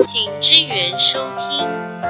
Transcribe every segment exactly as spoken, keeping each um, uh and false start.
请支援收听。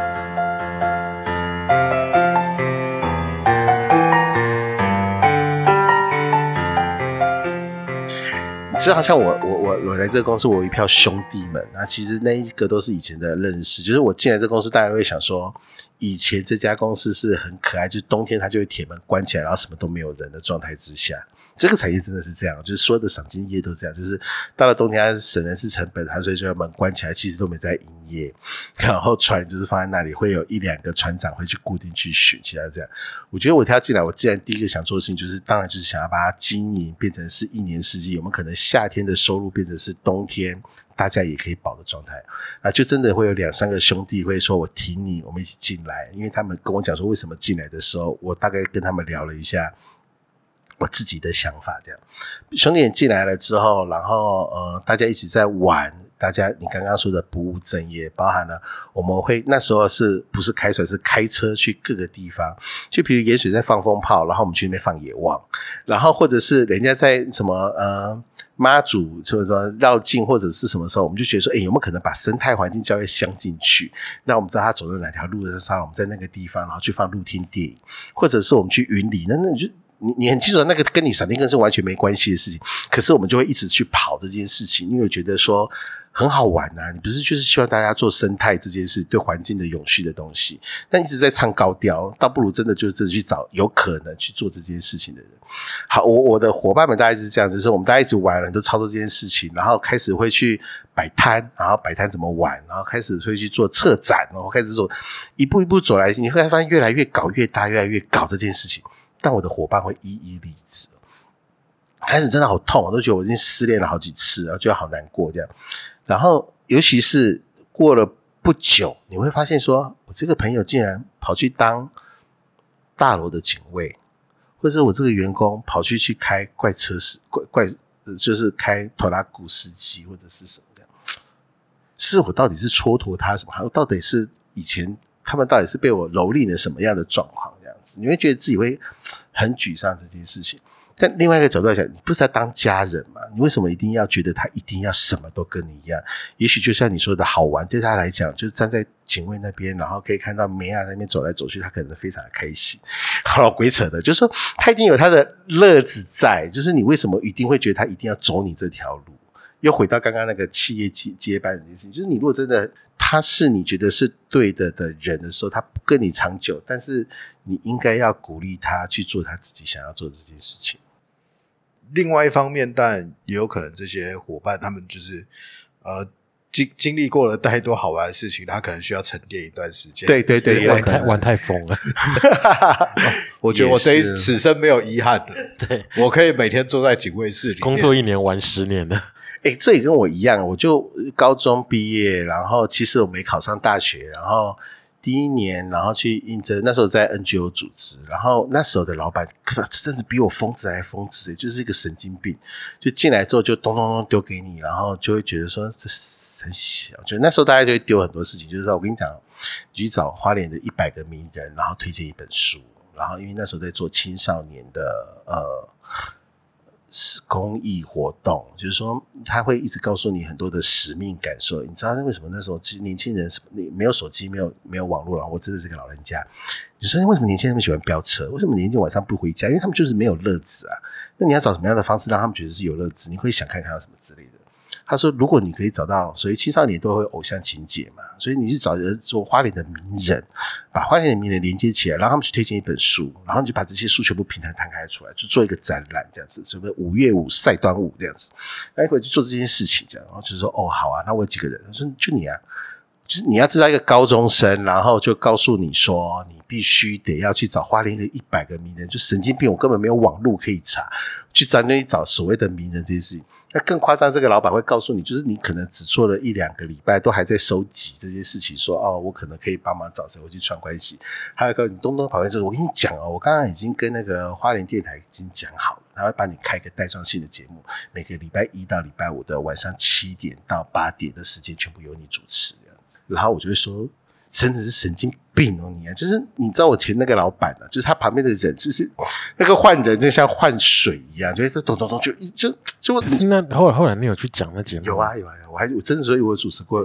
你知道像我我我我来这个公司，我有一票兄弟们啊，其实那一个都是以前的认识，就是我进来这个公司，大家会想说，以前这家公司是很可爱，就是冬天它就会铁门关起来，然后什么都没有人的状态之下。这个产业真的是这样，就是所有的赏金业都这样，就是到了冬天它省人事成本，它所以就要门关起来，其实都没在营业，然后船就是放在那里，会有一两个船长会去固定去巡，其他这样。我觉得我跳进来，我既然第一个想做的事情就是，当然就是想要把它经营变成是一年四季，有没有可能夏天的收入变成是冬天大家也可以保的状态啊？就真的会有两三个兄弟会说我挺你，我们一起进来，因为他们跟我讲说为什么进来的时候，我大概跟他们聊了一下我自己的想法，这样兄弟也进来了之后，然后呃，大家一起在玩，大家你刚刚说的不务正业，包含了我们会那时候是不是开船，是开车去各个地方，就比如盐水在放风炮，然后我们去那边放野望，然后或者是人家在什么呃妈祖或者说绕境或者是什么时候，我们就觉得说，诶，有没有可能把生态环境教育镶进去？那我们知道他走的哪条路的时候，我们在那个地方，然后去放露天电影，或者是我们去云里，那那你就。你你很清楚那个跟你闪电更是完全没关系的事情，可是我们就会一直去跑这件事情，因为我觉得说很好玩啊，你不是就是希望大家做生态这件事，对环境的永续的东西，但一直在唱高调，倒不如真的就是真的去找有可能去做这件事情的人。好，我我的伙伴们大概就是这样，就是我们大家一直玩很多操作这件事情，然后开始会去摆摊，然后摆摊怎么玩，然后开始会去做策展，然后开始做一步一步走来，你会发现越来越搞越大，越来越搞这件事情。但我的伙伴会一一离职，开始真的好痛，我都觉得我已经失恋了好几次，然后觉得好难过这样。然后尤其是过了不久，你会发现说，我这个朋友竟然跑去当大楼的警卫，或者是我这个员工跑去去开怪车司怪怪，就是开拖拉古司机或者是什么这样。是我到底是蹉跎他什么？还有到底是以前他们到底是被我蹂躏了什么样的状况？你会觉得自己会很沮丧这件事情，但另外一个角度来讲，你不是在当家人嘛？你为什么一定要觉得他一定要什么都跟你一样？也许就像你说的好玩，对他来讲，就是站在警卫那边，然后可以看到梅亚在那边走来走去，他可能非常的开心。好了，鬼扯的，就是说他一定有他的乐子在，就是你为什么一定会觉得他一定要走你这条路？又回到刚刚那个企业接接班这件事情，就是你如果真的他是你觉得是对的的人的时候，他不跟你长久，但是你应该要鼓励他去做他自己想要做的这件事情。 另外一方面，但也有可能这些伙伴他们就是呃经经历过了太多好玩的事情，他可能需要沉淀一段时间。 对对对， 玩太玩太疯了。 我觉得我这一此生没有遗憾的， 对， 我可以每天坐在警卫室里面工作一年玩十年的。 诶，这也跟我一样，我就高中毕业，然后其实我没考上大学，然后第一年然后去应征，那时候在 N G O 组织，然后那时候的老板真的比我疯子还疯子，就是一个神经病，就进来之后就咚咚咚丢给你，然后就会觉得说这很小，就那时候大家就会丢很多事情，就是说我跟你讲，你去找花莲的一百个名人，然后推荐一本书，然后因为那时候在做青少年的呃公益活动，就是说他会一直告诉你很多的使命感受。你知道为什么那时候其实年轻人没有手机，没有没有网络，然后我真的是个老人家。你说为什么年轻人那么喜欢飙车？为什么年轻人晚上不回家？因为他们就是没有乐子啊。那你要找什么样的方式让他们觉得是有乐子？你会想看看有什么之类的。他说如果你可以找到，所以青少年都会有偶像情节嘛，所以你去找人做花莲的名人，把花莲的名人连接起来，让他们去推荐一本书，然后你就把这些书全部平摊摊开出来，就做一个展览这样子，什么五月五晒端午这样子，然后就做这件事情这样，然后就说哦好啊，那我有几个人，他说就你啊，就是你要知道一个高中生，然后就告诉你说你必须得要去找花莲的一百个名人，就神经病，我根本没有网路可以查，去找那里找所谓的名人这件事情。那更夸张，这个老板会告诉你，就是你可能只做了一两个礼拜，都还在收集这些事情，说哦，我可能可以帮忙找谁，我去串关系。还有一个你东东跑来说，我跟你讲哦，我刚刚已经跟那个花莲电台已经讲好了，他会帮你开个带状性的节目，每个礼拜一到礼拜五的晚上七点到八点的时间，全部由你主持这样子。然后我就会说，真的是神经病哦你啊！就是你知道我前那个老板啊，就是他旁边的人，就是那个换人就像换水一样，就是咚咚咚就就就。 可是那后来后来你有去讲那节目？ 有啊有啊有啊，我还我真的所以我主持过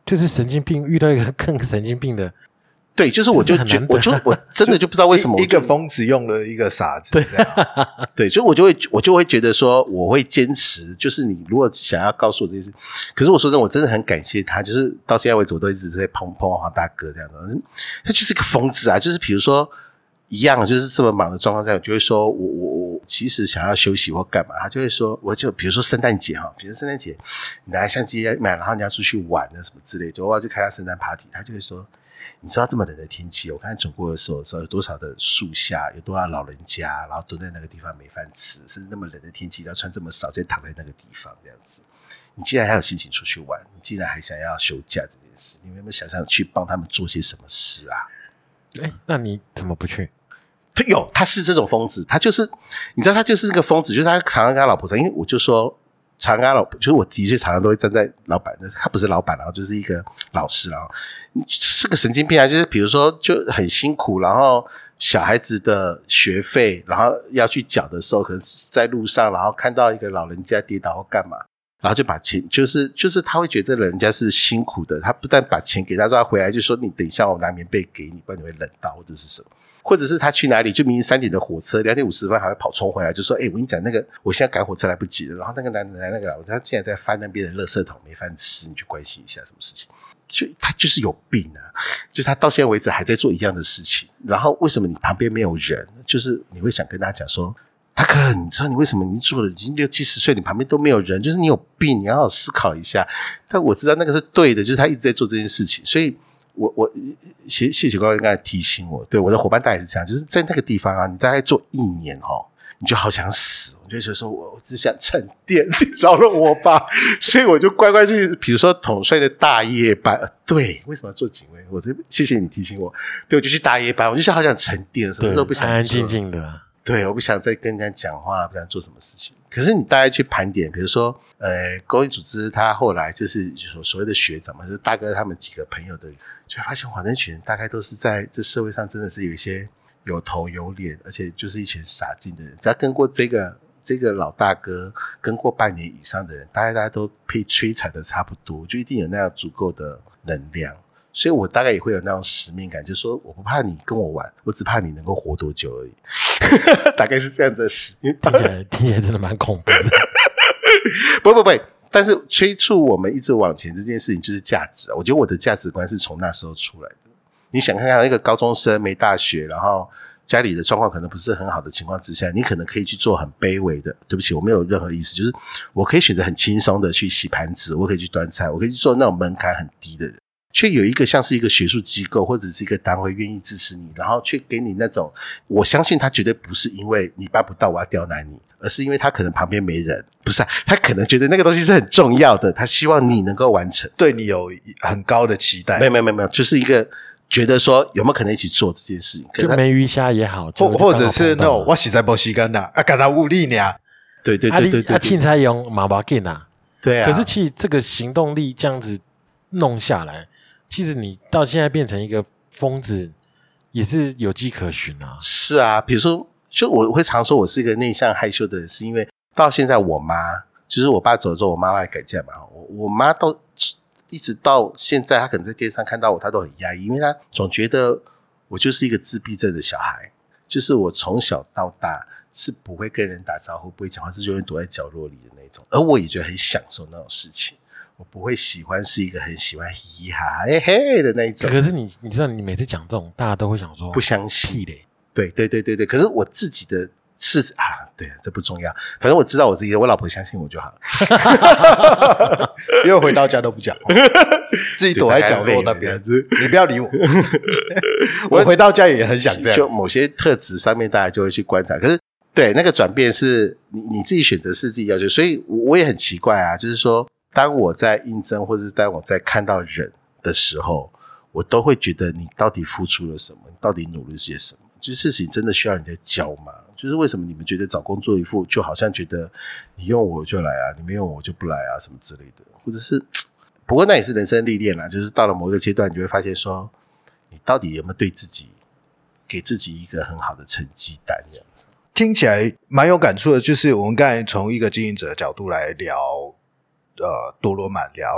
就是神经病遇到一个更神经病的。 对，就是我就觉，我就我真的就不知道为什么一个疯子用了一个傻子，对对，所以我就会我就会觉得说，我会坚持，就是你如果想要告诉我这件事，可是我说真的，我真的很感谢他，就是到现在为止，我都一直在捧捧黄大哥这样的，他就是个疯子啊，就是比如说一样，就是这么忙的状况下，我就会说我我我其实想要休息或干嘛，他就会说，我就比如说圣诞节哈，比如圣诞节你拿相机买，然后你要出去玩啊什么之类的，就我要去开下圣诞 party， 他就会说。你知道这么冷的天气，我刚才走过的时候，有多少的树下有多少老人家，然后蹲在那个地方没饭吃，甚至那么冷的天气，要穿这么少，就躺在那个地方这样子。你竟然还有心情出去玩，你竟然还想要休假这件事，你有没有想象去帮他们做些什么事啊？ 哎，那你怎么不去？ 他有，他是这种疯子，他就是你知道，他就是那个疯子，就是他常常跟他老婆说，因为我就说。常跟他老婆，就是我的确常常都会站在老板的，他不是老板，然后就是一个老师，然后是个神经病啊！就是比如说就很辛苦，然后小孩子的学费，然后要去缴的时候，可能在路上，然后看到一个老人家跌倒或干嘛，然后就把钱，就是就是他会觉得这人家是辛苦的，他不但把钱给他，说他回来就说你等一下我拿棉被给你，不然你会冷到或者是什么。或者是他去哪里，就明明三点的火车，两点五十分还会跑冲回来，就说：“哎、欸，我跟你讲，那个我现在赶火车来不及了。”然后那个男的那个老，他竟然在翻那边的垃圾桶，没饭吃，你去关心一下什么事情？就他就是有病啊！就他到现在为止还在做一样的事情。然后为什么你旁边没有人？就是你会想跟他讲说：“大哥，你知道你为什么你做了已经六七十岁，你旁边都没有人，就是你有病，你要好好思考一下。”但我知道那个是对的，就是他一直在做这件事情，所以。我我谢谢谢高刚才提醒我，对我的伙伴大概是这样，就是在那个地方啊，你大概做一年哦，你就好想死，我就觉得说我只想沉淀，饶了我吧，所以我就乖乖去，比如说统帅的大夜班，呃、对，为什么要做警卫？我这谢谢你提醒我，对，我就去大夜班，我就想好想沉淀，什么事都不想做， 安安静静的。 对，我不想再跟人家讲话，不想做什么事情。可是你大概去盘点，比如说，呃，公益组织他后来就是所谓的学长嘛，就是大哥他们几个朋友的，就会发现哇，那群人大概都是在这社会上真的是有一些有头有脸，而且就是一群傻劲的人。只要跟过这个这个老大哥，跟过半年以上的人，大概大家都被摧残的差不多，就一定有那样足够的能量。所以我大概也会有那种使命感，就是说我不怕你跟我玩，我只怕你能够活多久而已。大概是这样子的使命。 听起来听起来真的蛮恐怖的。 不不不，但是催促我们一直往前这件事情就是价值。我觉得我的价值观是从那时候出来的。你想看看一个高中生没大学，然后家里的状况可能不是很好的情况之下，你可能可以去做很卑微的，对不起，我没有任何意思，就是我可以选择很轻松的去洗盘子，我可以去端菜，我可以去做那种门槛很低的人。却有一个像是一个学术机构或者是一个单位愿意支持你，然后却给你那种，我相信他绝对不是因为你办不到我要刁难你，而是因为他可能旁边没人，不是、啊、他可能觉得那个东西是很重要的，他希望你能够完成， 对你有很高的期待。 没有没有没有，就是一个觉得说有没有可能一起做这件事情， 就梅鱼虾也好， 或或者是那种我实在没时间啦，啊，干他无力呢？ 对对对对对对， 啊，青菜用马巴劲啊， 对啊。 可是其实这个行动力这样子弄下来。其实你到现在变成一个疯子，也是有迹可循啊。 是啊，比如说，就我会常说我是一个内向害羞的人，是因为到现在我妈，就是我爸走了之后，我妈来改嫁嘛。我我妈到一直到现在，她可能在电视上看到我，她都很压抑，因为她总觉得我就是一个自闭症的小孩，就是我从小到大是不会跟人打招呼，不会讲话，是永远躲在角落里的那种。而我也觉得很享受那种事情。我不会喜欢是一个很喜欢嘻哈嘿嘿的那一种。 可是你你知道，你每次讲这种，大家都会想说不相信嘞。对对对对对。可是我自己的是啊，对，这不重要。反正我知道我自己的，我老婆相信我就好了。 因为回到家都不讲，自己躲在角落那边，你不要理我。我回到家也很想这样。 就某些特质上面，大家就会去观察。可是对那个转变是你你自己选择，是自己要求，所以我也很奇怪啊，就是说。当我在应征或者是当我在看到人的时候，我都会觉得你到底付出了什么，你到底努力些什么，就是事情真的需要人家教吗？就是为什么你们觉得找工作一副就好像觉得你用我就来啊，你没用我就不来啊什么之类的，或者是不过那也是人生历练啦，就是到了某一个阶段你就会发现说你到底有没有对自己给自己一个很好的成绩单这样子。 听起来蛮有感触的，就是我们刚才从一个经营者的角度来聊呃，多罗满聊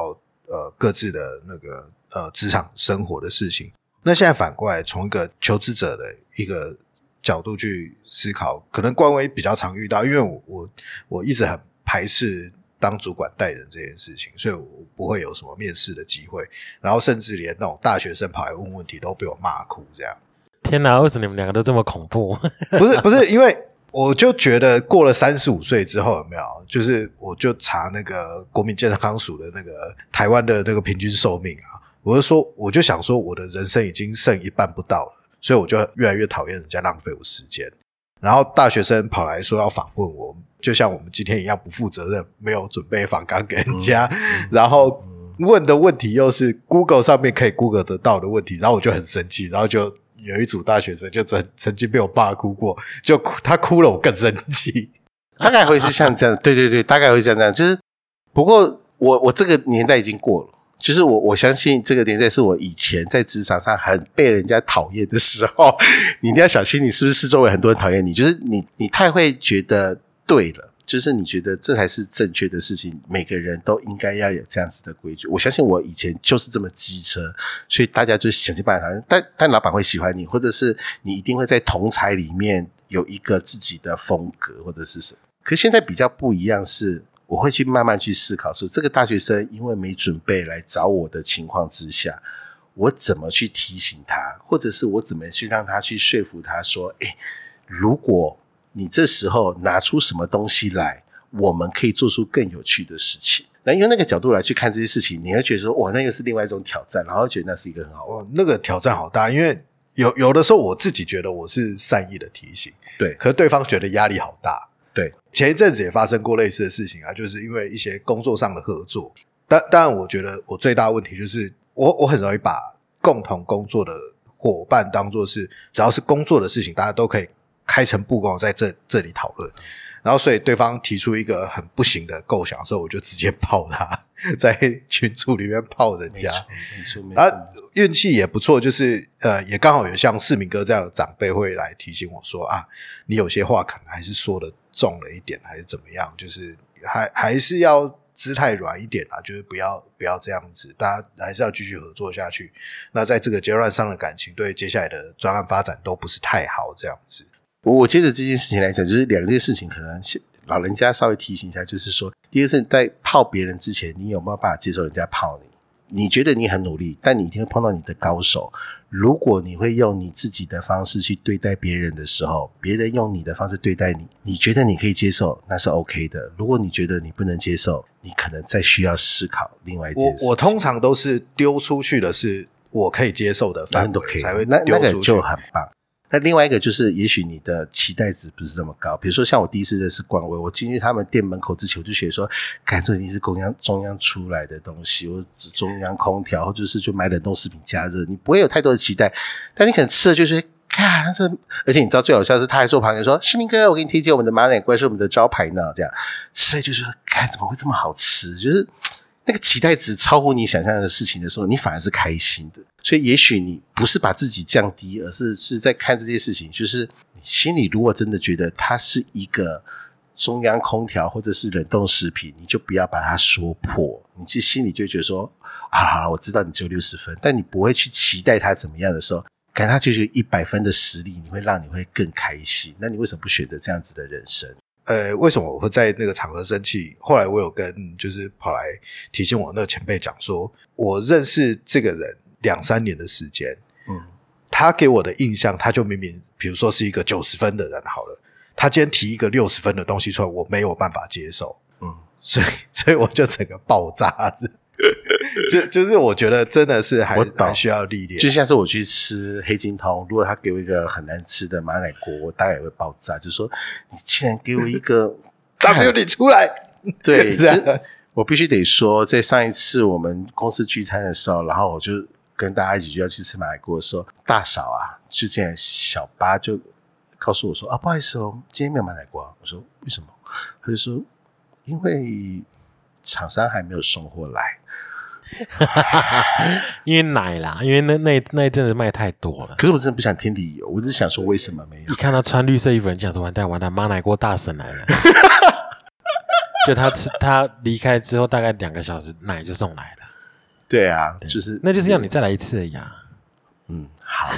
呃各自的那个呃职场生活的事情。那现在反过来，从一个求职者的一个角度去思考，可能冠威比较常遇到，因为我我我一直很排斥当主管带人这件事情，所以我不会有什么面试的机会，然后甚至连那种大学生跑来问问题都被我骂哭这样。 天哪，为什么你们两个都这么恐怖？ 不是不是，因为我就觉得过了三十五岁之后有没有，就是我就查那个国民健康署的那个台湾的那个平均寿命啊，我就说我就想说我的人生已经剩一半不到了，所以我就越来越讨厌人家浪费我时间。然后大学生跑来说要访问我，就像我们今天一样不负责任，没有准备访纲给人家，嗯、然后问的问题又是 Google 上面可以 Google 得到的问题，然后我就很生气，然后就有一组大学生就曾曾经被我爸哭过，就哭他哭了我更生气。 大概会是像这样，对对对，大概会像这样。就是不过我我这个年代已经过了，就是我我相信这个年代是我以前在职场上很被人家讨厌的时候，你一定要小心，你是不是周围很多人讨厌你？就是你你太会觉得对了。就是你觉得这才是正确的事情，每个人都应该要有这样子的规矩。我相信我以前就是这么机车，所以大家就想尽办法，但但老板会喜欢你，或者是你一定会在同侪里面有一个自己的风格或者是什么。可现在比较不一样是，我会去慢慢去思考说，这个大学生因为没准备来找我的情况之下，我怎么去提醒他，或者是我怎么去让他去说服他说，诶，如果你这时候拿出什么东西来，我们可以做出更有趣的事情。那用那个角度来去看这些事情，你会觉得说，哇，那又是另外一种挑战，然后觉得那是一个很好玩。 哦，那个挑战好大，因为有有的时候我自己觉得我是善意的提醒， 对， 可是对方觉得压力好大。 对， 前一阵子也发生过类似的事情啊，就是因为一些工作上的合作。但当然，我觉得我最大的问题就是我我很容易把共同工作的伙伴当作是，只要是工作的事情，大家都可以开诚布公在这这里讨论，然后所以对方提出一个很不行的构想的时候，我就直接泡他，在群组里面泡人家。 没错没错。 啊，运气也不错，就是呃，也刚好有像世民哥这样的长辈会来提醒我说啊，你有些话可能还是说的重了一点，还是怎么样，就是还还是要姿态软一点啊，就是不要不要这样子，大家还是要继续合作下去。那在这个阶段上的感情，对接下来的专案发展都不是太好，这样子。 我接着这件事情来讲，就是两件事情可能老人家稍微提醒一下，就是说，第一个是在泡别人之前，你有没有办法接受人家泡你？你觉得你很努力，但你一定会碰到你的高手。如果你会用你自己的方式去对待别人的时候，别人用你的方式对待你，你觉得你可以接受，那是 OK 的。如果你觉得你不能接受，你可能再需要思考另外一件事情。 我我通常都是丢出去的是我可以接受的范围才会丢出去， 那那个就很棒。那另外一个就是，也许你的期待值不是这么高。比如说，像我第一次认识冠威，我进去他们店门口之前，我就觉得说，看这一定是中央中央出来的东西，或中央空调，或者是就买冷冻食品加热，你不会有太多的期待。但你可能吃了就是看这，而且你知道最好笑的是，他还坐旁边说：“世民哥，我给你推荐我们的马奶龟是我们的招牌呢。”这样吃了就是看怎么会这么好吃，就是那个期待值超乎你想象的事情的时候，你反而是开心的。所以也许你不是把自己降低，而是是在看这些事情，就是你心里如果真的觉得它是一个中央空调或者是冷冻食品，你就不要把它说破，你其实心里就会觉得说啊，好了，我知道你只有六十分，但你不会去期待它怎么样的时候，感觉它就是一百分的实力，你会让你会更开心。那你为什么不选择这样子的人生？ 呃，为什么我会在那个场合生气？后来我有跟就是跑来提醒我那个前辈讲说，我认识这个人两三年的时间，嗯，他给我的印象，他就明明比如说是一个九十分的人好了，他今天提一个六十分的东西出来，我没有办法接受，嗯，所以所以我就整个爆炸子。就就是我觉得真的是还还需要历练， 就像是我去吃黑金通，如果他给我一个很难吃的马奶锅，我大概也会爆炸，就说你竟然给我一个 W 你出来， 对，是啊，我必须得说，在上一次我们公司聚餐的时候，然后我就跟大家一起就要去吃马奶锅的时候，大嫂啊，就这样小八就告诉我说啊，不好意思哦，今天没有马奶锅。我说为什么？他就说因为厂商还没有送货来。 因为奶啦，因为那那那一阵子卖太多了。 可是我真的不想听理由，我只是想说为什么没有。 一看他穿绿色衣服，人想说完蛋完蛋，马奶锅大神来了。就他吃他离开之后，大概两个小时，奶就送来了。 对啊，就是那就是要你再来一次而已啊。 嗯，好。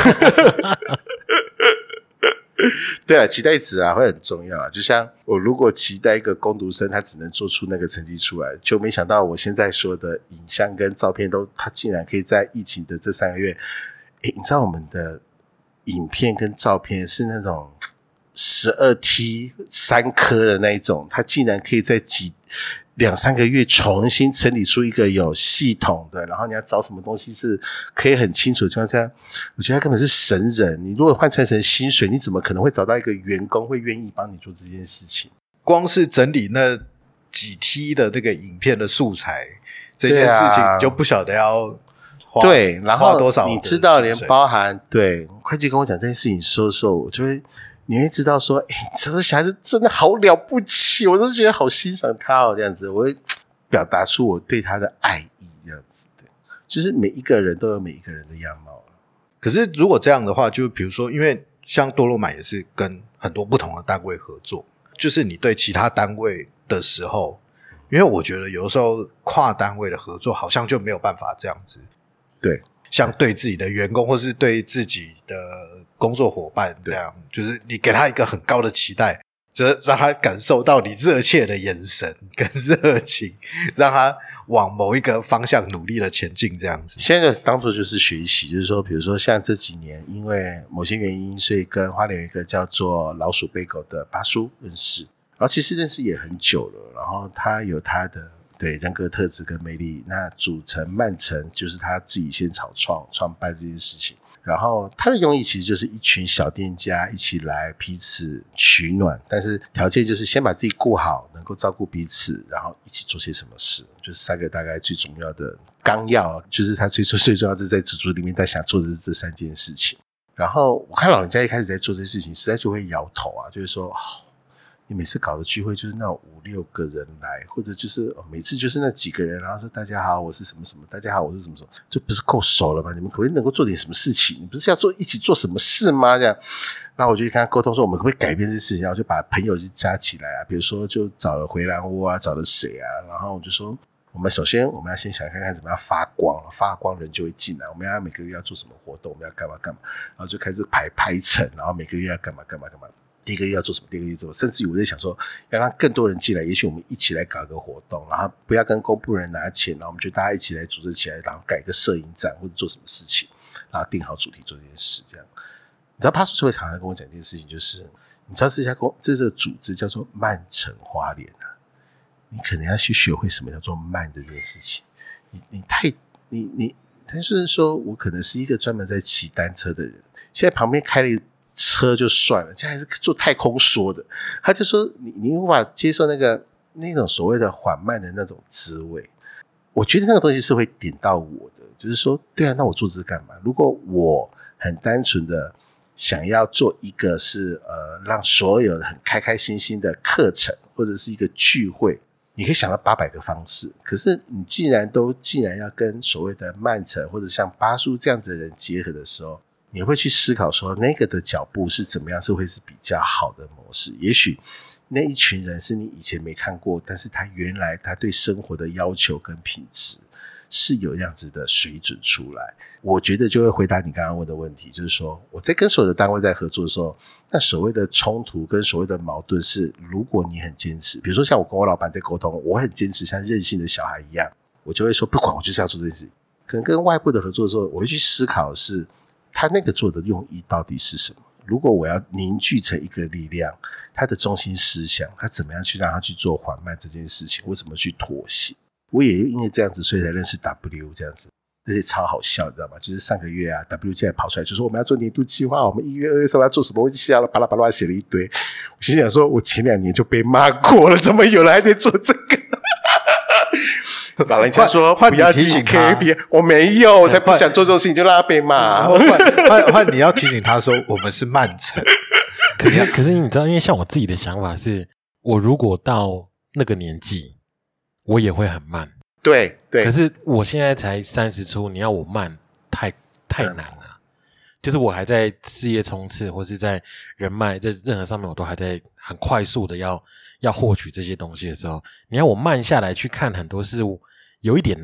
对啊，期待值啊会很重要啊。就像我如果期待一个工读生，他只能做出那个成绩出来，就没想到我现在说的影像跟照片都，他竟然可以在疫情的这三个月，诶，你知道我们的影片跟照片是那种十二 T 三颗的那一种，他竟然可以在几两三个月重新整理出一个有系统的，然后你要找什么东西是可以很清楚的情况下，我觉得他根本是神人。你如果换成成薪水，你怎么可能会找到一个员工会愿意帮你做这件事情？ 光是整理那几 T 的那个影片的素材这件事情，你就不晓得要花对，然后花多少， 你知道连包含对会计跟我讲这件事情说的时候，我就会你会知道说，哎，这个小孩子真的好了不起，我都觉得好欣赏他哦，这样子，我会表达出我对他的爱意，这样子的，就是每一个人都有每一个人的样貌。 可是如果这样的话，就比如说，因为像多罗买也是跟很多不同的单位合作，就是你对其他单位的时候，因为我觉得有的时候跨单位的合作好像就没有办法这样子， 对， 像对自己的员工或是对自己的工作伙伴这样，就是你给他一个很高的期待，就是让他感受到你热切的眼神跟热情，让他往某一个方向努力的前进这样子。 现在当作就是学习，就是说比如说像这几年因为某些原因，所以跟花莲有一个叫做老鼠贝狗的巴叔认识，然后其实认识也很久了，然后他有他的对人格特质跟魅力，那组成曼城就是他自己先草创创办这件事情，然后他的用意其实就是一群小店家一起来彼此取暖，但是条件就是先把自己顾好，能够照顾彼此，然后一起做些什么事，就是三个大概最重要的纲要，就是他最最重要是在组织里面他想做的是这三件事情。然后我看老人家一开始在做这些事情实在就会摇头啊，就是说哦，你每次搞的聚会就是那种五六个人来，或者就是、哦、每次就是那几个人，然后说大家好我是什么什么，大家好我是什么什么，就不是够熟了吗？你们可不可以能够做点什么事情？你不是要做一起做什么事吗？这样，然后我就跟他沟通说我们可不可以改变这件事情，然后就把朋友就加起来啊，比如说就找了回蓝窝啊，找了谁啊，然后我就说我们首先我们要先想看看怎么样发光，发光人就会进来，我们要每个月要做什么活动，我们要干嘛干嘛，然后就开始排排程，然后每个月要干嘛干嘛干嘛，第一个月要做什么，第二个月做什么，甚至于我在想说要让更多人进来，也许我们一起来搞一个活动，然后不要跟公部人拿钱，然后我们就大家一起来组织起来，然后改一个摄影展或者做什么事情，然后定好主题做这件事。这样你知道帕叔就会常常跟我讲一件事情，就是你知道这家公这个组织叫做曼城花莲啊，你可能要去学会什么叫做慢这件事情。你你太你你他就是说我可能是一个专门在骑单车的人，现在旁边开了一车就算了，现在还是做太空梭的，他就说你你无法接受那个那种所谓的缓慢的那种滋味。我觉得那个东西是会点到我的，就是说对啊，那我做这干嘛？如果我很单纯的想要做一个是呃让所有很开开心心的课程或者是一个聚会，你可以想到八百个方式，可是你既然都既然要跟所谓的曼城或者像巴叔这样子的人结合的时候，你会去思考说那个的脚步是怎么样是会是比较好的模式。也许那一群人是你以前没看过，但是他原来他对生活的要求跟品质是有这样子的水准出来。我觉得就会回答你刚刚问的问题，就是说我在跟所有的单位在合作的时候，那所谓的冲突跟所谓的矛盾是，如果你很坚持，比如说像我跟我老板在沟通，我很坚持像任性的小孩一样，我就会说不管，我就是要做这件事。可能跟外部的合作的时候，我会去思考的是他那个做的用意到底是什么。如果我要凝聚成一个力量，他的中心思想他怎么样去让他去做缓慢这件事情，我怎么去妥协。我也因为这样子所以才认识 W 这样子，而且超好笑你知道吗？就是上个月啊 W 竟然跑出来就说我们要做年度计划，我们一月二月三要做什么，我就写了巴拉巴拉写了一堆。我心想说我前两年就被骂过了，怎么有人还得做这个老人家说不要提醒他，我没有，我才不想做这种事情，就让他被骂。 换换你要提醒他说，我们是曼城。 可是可是你知道，因为像我自己的想法是，我如果到那个年纪，我也会很慢。 对对。 可是我现在才三十出，你要我慢，太太难了。就是我还在事业冲刺，或是在人脉在任何上面，我都还在很快速的要。要获取这些东西的时候，你要我慢下来去看很多事物有一点难。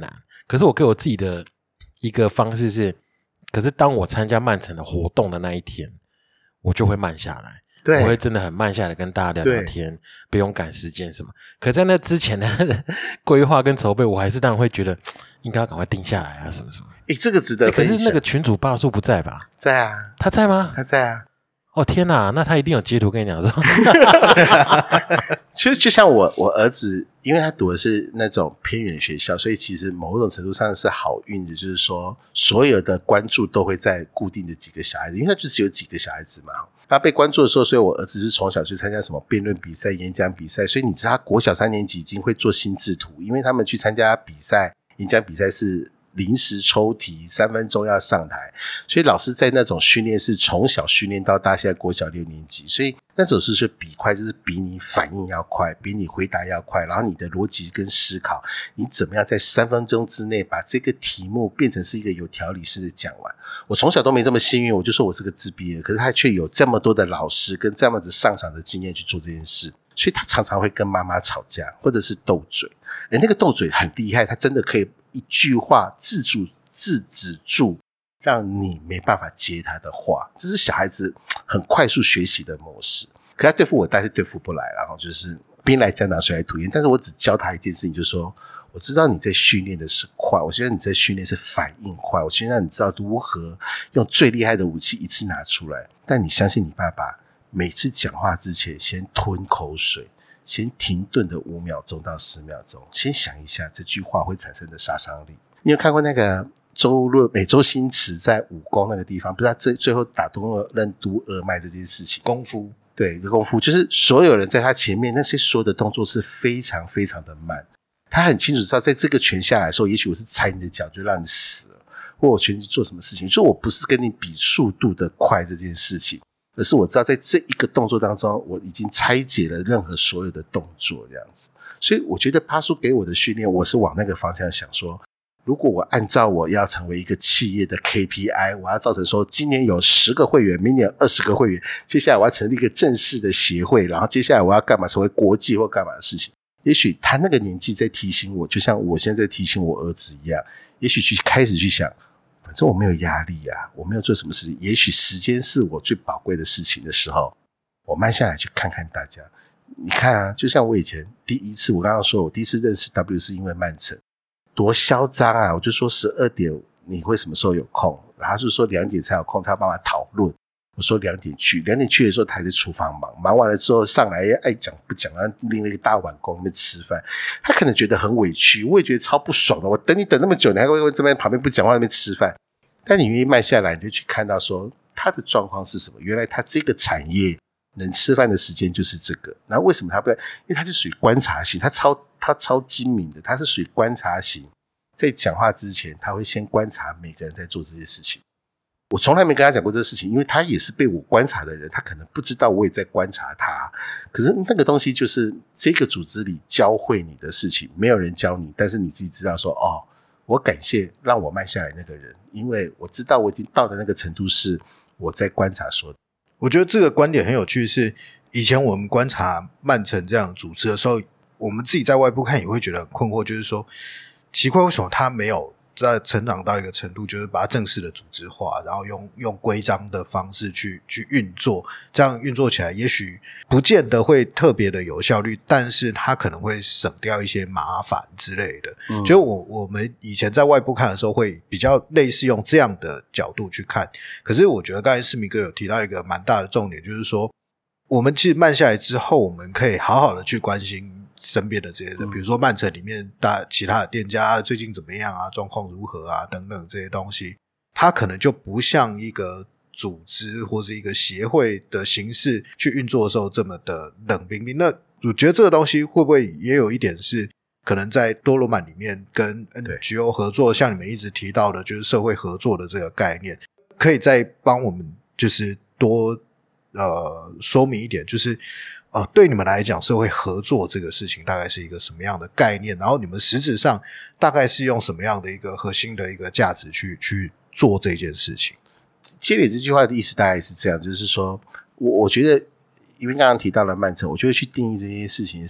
可是我给我自己的一个方式是，可是当我参加曼城的活动的那一天，我就会慢下来。 对， 我会真的很慢下来跟大家聊聊天，不用赶时间什么。可在那之前的规划跟筹备，我还是当然会觉得应该要赶快定下来啊，什么什么。 诶，这个值得分享。 可是那个群主爸叔不在吧？ 在啊， 他在吗？ 他在啊。 哦天哪，那他一定有截图跟你讲说。 其实就像我我儿子，因为他读的是那种偏远学校，所以其实某种程度上是好运的，就是说所有的关注都会在固定的几个小孩子，因为他就只有几个小孩子嘛。他被关注的时候，所以我儿子是从小去参加什么辩论比赛、演讲比赛，所以你知道他国小三年级已经会做心智图，因为他们去参加比赛、演讲比赛是临时抽题，三分钟要上台，所以老师在那种训练是从小训练到大，现在国小六年级，所以那种是比快，就是比你反应要快，比你回答要快，然后你的逻辑跟思考，你怎么样在三分钟之内把这个题目变成是一个有条理式的讲完。我从小都没这么幸运，我就说我是个自闭的，可是他却有这么多的老师跟这样子上场的经验去做这件事，所以他常常会跟妈妈吵架或者是斗嘴。诶，那个斗嘴很厉害，他真的可以一句话自主制止住让你没办法接他的话，这是小孩子很快速学习的模式。可他对付我但是对付不来，然后就是兵来将挡水来土掩，但是我只教他一件事情，就是说我知道你在训练的是快，我觉得你在训练是反应快，我希望你知道如何用最厉害的武器一次拿出来，但你相信你爸爸每次讲话之前先吞口水，先停顿的五秒钟到十秒钟，先想一下这句话会产生的杀伤力。你有看过那个周润美周星驰在武功那个地方，不是他最最后打通任督二脉这件事情， 功夫， 对，功夫就是所有人在他前面，那些所有的动作是非常非常的慢，他很清楚知道在这个拳下来的时候，也许我是踩你的脚就让你死了，或我拳击做什么事情，所以我不是跟你比速度的快这件事情，而是我知道在这一个动作当中我已经拆解了任何所有的动作这样子。所以我觉得巴叔给我的训练，我是往那个方向想说，如果我按照我要成为一个企业的 K P I， 我要造成说今年有十个会员，明年有二十个会员，接下来我要成立一个正式的协会，然后接下来我要干嘛，成为国际或干嘛的事情。也许他那个年纪在提醒我，就像我现在在提醒我儿子一样，也许去开始去想，反正我没有压力啊，我没有做什么事情，也许时间是我最宝贵的事情的时候，我慢下来去看看大家。你看啊，就像我以前第一次，我刚刚说我第一次认识 W 是因为曼城，多嚣张啊，我就说十二点你会什么时候有空，然后他就说两点才有空，他要帮我讨论，我说两点去，两点去的时候他还在厨房忙，忙完了之后上来爱讲不讲，然后拎了一个大碗公那边吃饭，他可能觉得很委屈，我也觉得超不爽的，我等你等那么久，你还会这边旁边不讲话那边吃饭，但你愿意慢下来，你就去看到说他的状况是什么，原来他这个产业能吃饭的时间就是这个，然后为什么他不？因为他就属于观察型，他超他超精明的，他是属于观察型，在讲话之前他会先观察每个人在做这些事情。我从来没跟他讲过这个事情，因为他也是被我观察的人，他可能不知道我也在观察他。可是那个东西就是这个组织里教会你的事情，没有人教你，但是你自己知道说，哦，我感谢让我慢下来那个人，因为我知道我已经到的那个程度是我在观察说的。 我觉得这个观点很有趣，是以前我们观察曼城这样的组织的时候，我们自己在外部看也会觉得很困惑，就是说奇怪为什么他没有在成长到一个程度，就是把它正式的组织化，然后用用规章的方式去去运作，这样运作起来也许不见得会特别的有效率，但是它可能会省掉一些麻烦之类的。嗯，就我我们以前在外部看的时候会比较类似用这样的角度去看，可是我觉得刚才世明哥有提到一个蛮大的重点，就是说我们其实慢下来之后，我们可以好好的去关心身边的这些人，比如说曼城里面大其他的店家最近怎么样啊，状况如何啊等等这些东西，它可能就不像一个组织或是一个协会的形式去运作的时候这么的冷冰冰。那我觉得这个东西会不会也有一点是可能在多罗曼里面跟 N G O 合作，像你们一直提到的就是社会合作的这个概念，可以再帮我们就是多呃说明一点，就是呃，对你们来讲社会合作这个事情大概是一个什么样的概念，然后你们实质上大概是用什么样的一个核心的一个价值去去做这件事情。 接连这句话的意思大概是这样，就是说我我觉得因为刚刚提到了曼城，我就会去定义这件事情是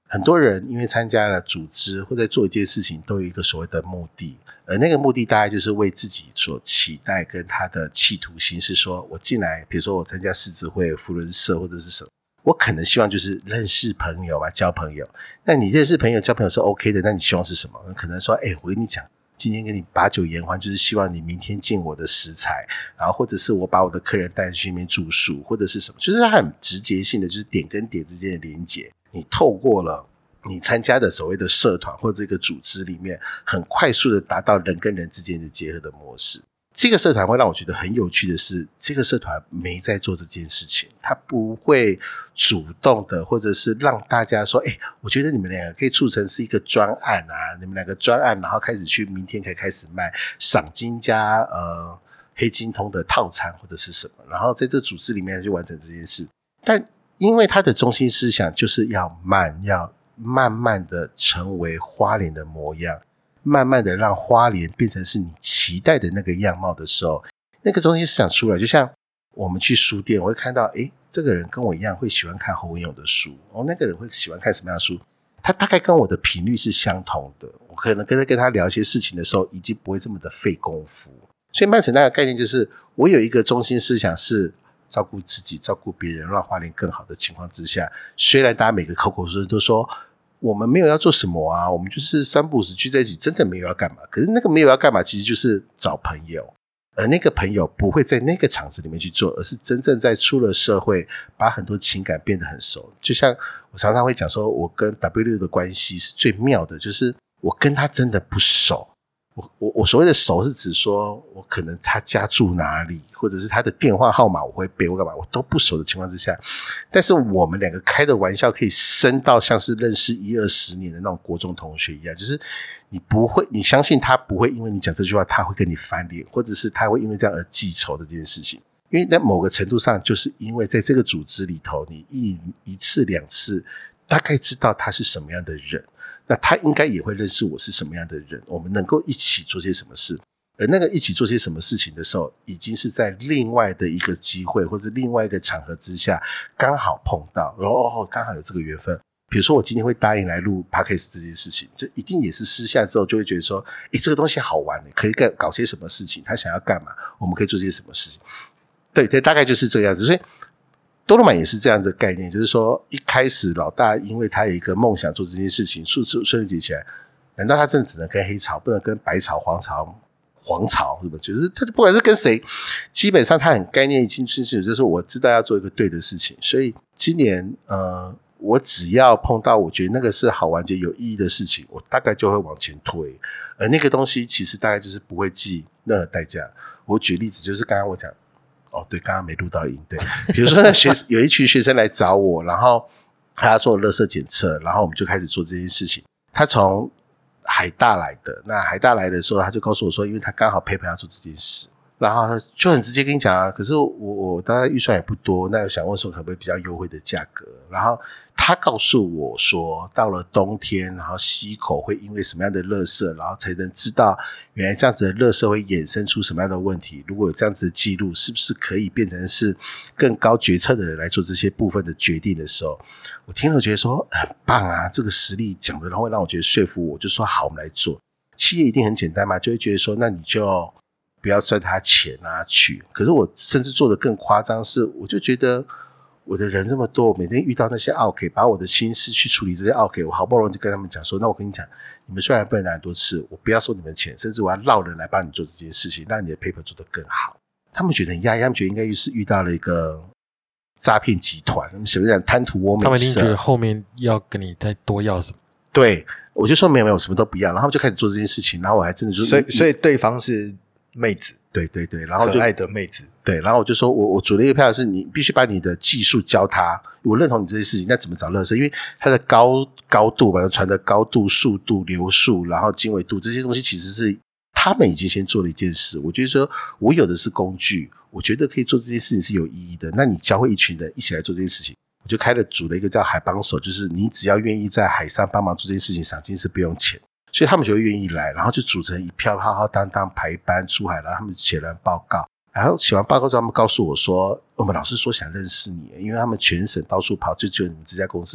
很多人因为参加了组织或在做一件事情都有一个所谓的目的，而那个目的大概就是为自己所期待跟他的企图心是说，我进来比如说我参加狮子会、扶轮社或者是什么，我可能希望就是认识朋友嘛，交朋友。那你认识朋友交朋友是 OK 的，那你希望是什么？可能说哎、欸，我跟你讲今天跟你把酒言欢，就是希望你明天进我的食材，然后或者是我把我的客人带去那边住宿，或者是什么，就是它很直接性的，就是点跟点之间的连结。你透过了你参加的所谓的社团或者这个组织里面，很快速的达到人跟人之间的结合的模式。这个社团会让我觉得很有趣的是，这个社团没在做这件事情，他不会主动的或者是让大家说哎、欸，我觉得你们两个可以促成是一个专案啊，你们两个专案然后开始去明天可以开始卖赏金加呃黑金通的套餐或者是什么，然后在这组织里面就完成这件事。但因为他的中心思想就是要慢，要慢慢的成为花莲的模样，慢慢的让花莲变成是你期待的那个样貌的时候，那个中心思想出来，就像我们去书店，我会看到诶，这个人跟我一样会喜欢看侯文勇的书，哦，那个人会喜欢看什么样的书，他大概跟我的频率是相同的，我可能跟他跟他聊一些事情的时候已经不会这么的费功夫。所以慢城那个概念就是我有一个中心思想是照顾自己照顾别人让花莲更好的情况之下，虽然大家每个口口声声都说我们没有要做什么啊，我们就是三不五时聚在一起，真的没有要干嘛，可是那个没有要干嘛其实就是找朋友，而那个朋友不会在那个场子里面去做，而是真正在出了社会把很多情感变得很熟。就像我常常会讲说我跟 W 六 的关系是最妙的，就是我跟他真的不熟，我我我所谓的熟是指说我可能他家住哪里，或者是他的电话号码我会背，我干嘛我都不熟的情况之下，但是我们两个开的玩笑可以深到像是认识一二十年的那种国中同学一样，就是你不会，你相信他不会因为你讲这句话他会跟你翻脸，或者是他会因为这样而记仇的这件事情。因为在某个程度上就是因为在这个组织里头你一一次两次大概知道他是什么样的人，那他应该也会认识我是什么样的人，我们能够一起做些什么事，而那个一起做些什么事情的时候已经是在另外的一个机会或者另外一个场合之下刚好碰到，然后哦刚好有这个缘分。比如说我今天会答应来录 Podcast 这件事情，就一定也是私下之后就会觉得说诶这个东西好玩，可以搞些什么事情，他想要干嘛我们可以做些什么事情。对对，大概就是这个样子。所以多罗曼也是这样的概念，就是说一开始老大因为他有一个梦想做这件事情顺利结起来，难道他真的只能跟黑潮不能跟白潮黄潮黄潮是不是？就是他不管是跟谁基本上他很概念已经清楚，就是我知道要做一个对的事情。所以今年呃，我只要碰到我觉得那个是好玩且有意义的事情，我大概就会往前推，而那个东西其实大概就是不会计任何代价。我举例子就是刚刚我讲哦，对，刚刚没录到音。对，比如说那学有一群学生来找我，然后他要做垃圾检测，然后我们就开始做这件事情。他从海大来的，那海大来的时候，他就告诉我说，因为他刚好陪陪他做这件事，然后就很直接跟你讲啊，可是我我大概预算也不多，那我想问说可不可以比较优惠的价格，然后他告诉我说到了冬天然后溪口会因为什么样的垃圾，然后才能知道原来这样子的垃圾会衍生出什么样的问题，如果有这样子的记录是不是可以变成是更高决策的人来做这些部分的决定的时候，我听了觉得说很棒啊，这个实力讲的然后会让我觉得说服我，就说好我们来做。企业一定很简单嘛，就会觉得说那你就不要赚他钱啊去，可是我甚至做的更夸张是，我就觉得我的人这么多，我每天遇到那些 OK 把我的心思去处理这些 OK， 我好不容易就跟他们讲说，那我跟你讲，你们虽然不能拿很多次，我不要收你们钱，甚至我要绕人来帮你做这件事情，让你的 paper 做得更好。他们觉得很压抑，他们觉得应该是遇到了一个诈骗集团，他们什么讲贪图我美色， 他们一定觉得后面要跟你再多要什么。 对，我就说没有没有，我什么都不要，然后他们就开始做这件事情，然后我还真的就所以所以对方是妹子， 对对对，然后就可爱的妹子， 对，然后我就说我我组了一个票是你必须把你的技术教他，我认同你这些事情，那怎么找垃圾？因为它的高高度吧，船的高度、速度、流速，然后经纬度这些东西，其实是他们已经先做了一件事。我觉得说我有的是工具，我觉得可以做这件事情是有意义的。那你教会一群人一起来做这件事情，我就开了组了一个叫海帮手，就是你只要愿意在海上帮忙做这件事情，赏金是不用钱。所以他们就会愿意来，然后就组成一票浩浩荡荡排班出海，然后他们写完报告，然后写完报告之后他们告诉我说我们老师说想认识你，因为他们全省到处跑就只有你们这家公司是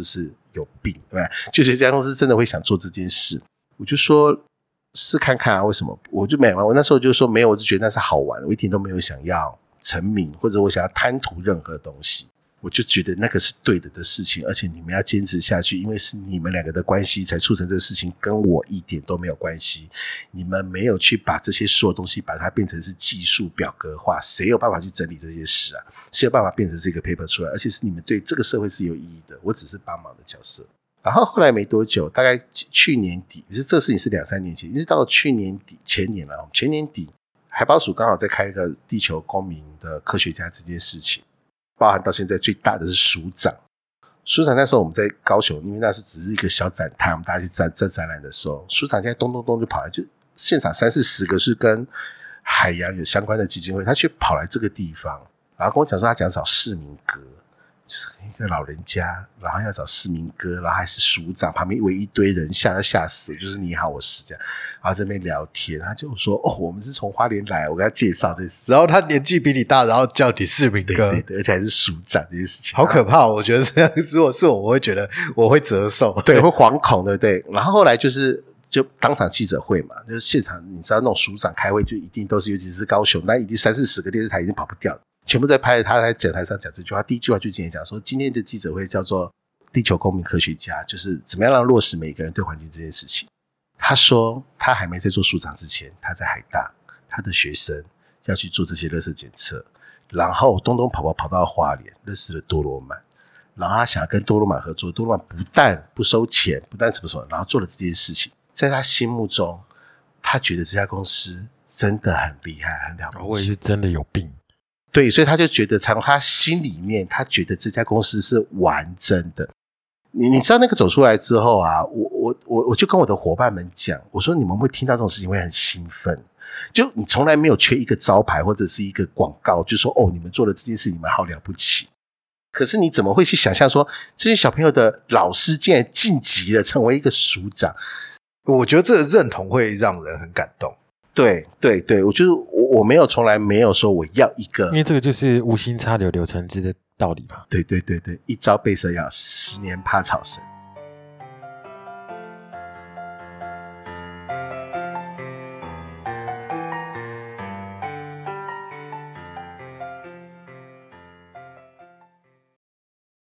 有病，对吧？就是这家公司真的会想做这件事，我就说试看看啊，为什么？我就没有，我那时候就说没有，我就觉得那是好玩，我一点都没有想要成名，或者我想要贪图任何东西。我就觉得那个是对的的事情，而且你们要坚持下去，因为是你们两个的关系才促成这个事情，跟我一点都没有关系。你们没有去把这些所有东西把它变成是技术表格化，谁有办法去整理这些事啊？谁有办法变成这个 paper 出来？而且是你们对这个社会是有意义的，我只是帮忙的角色。然后后来没多久，大概去年底，其实这个事情是两三年前，因为到去年底前年了，前年底海保署刚好在开一个地球公民的科学家这件事情。包含到现在最大的是署长，署长那时候我们在高雄，因为那是只是一个小展台，我们大家去展这展览的时候，署长现在咚咚咚就跑来，就现场三四十个是跟海洋有相关的基金会，他却跑来这个地方，然后跟我讲说他想找市民哥，就是一个老人家，然后要找市民哥，然后还是署长，旁边围一堆人，吓都吓死了，就是你好我是这样，然后这边聊天，他就说哦，我们是从花莲来，我跟他介绍这事， 然后他年纪比你大，然后叫你市民哥， 对对对，而且还是署长这件事情， 好可怕！我觉得这样，如果是我，我会觉得我会折寿， 对，会惶恐，对不对？然后后来就是就当场记者会嘛，就是现场，你知道那种署长开会就一定都是，尤其是高雄，那一定三四十个电视台已经跑不掉了，全部在拍他在讲台上讲这句话。第一句话就今天讲说，今天的记者会叫做地球公民科学家，就是怎么样让落实每一个人对环境这件事情。他说他还没在做署长之前，他在海大，他的学生要去做这些垃圾检测，然后东东跑跑跑到花莲认识了多罗曼，然后他想要跟多罗曼合作，多罗曼不但不收钱，不但什么什么，然后做了这件事情，在他心目中他觉得这家公司真的很厉害，很了不起， 我也是真的有病。 对，所以他就觉得从他心里面他觉得这家公司是完整的。你你知道那个走出来之后啊，我我我我就跟我的伙伴们讲，我说你们会听到这种事情会很兴奋，就你从来没有缺一个招牌或者是一个广告，就说哦你们做了这件事你们好了不起，可是你怎么会去想象说这些小朋友的老师竟然晋级了成为一个署长？ 我觉得这个认同会让人很感动。 对对对，我就是我我没有从来没有说我要一个， 因为这个就是无心插柳柳橙汁的道理嘛。 对对对对，一朝被蛇咬，十年怕草绳。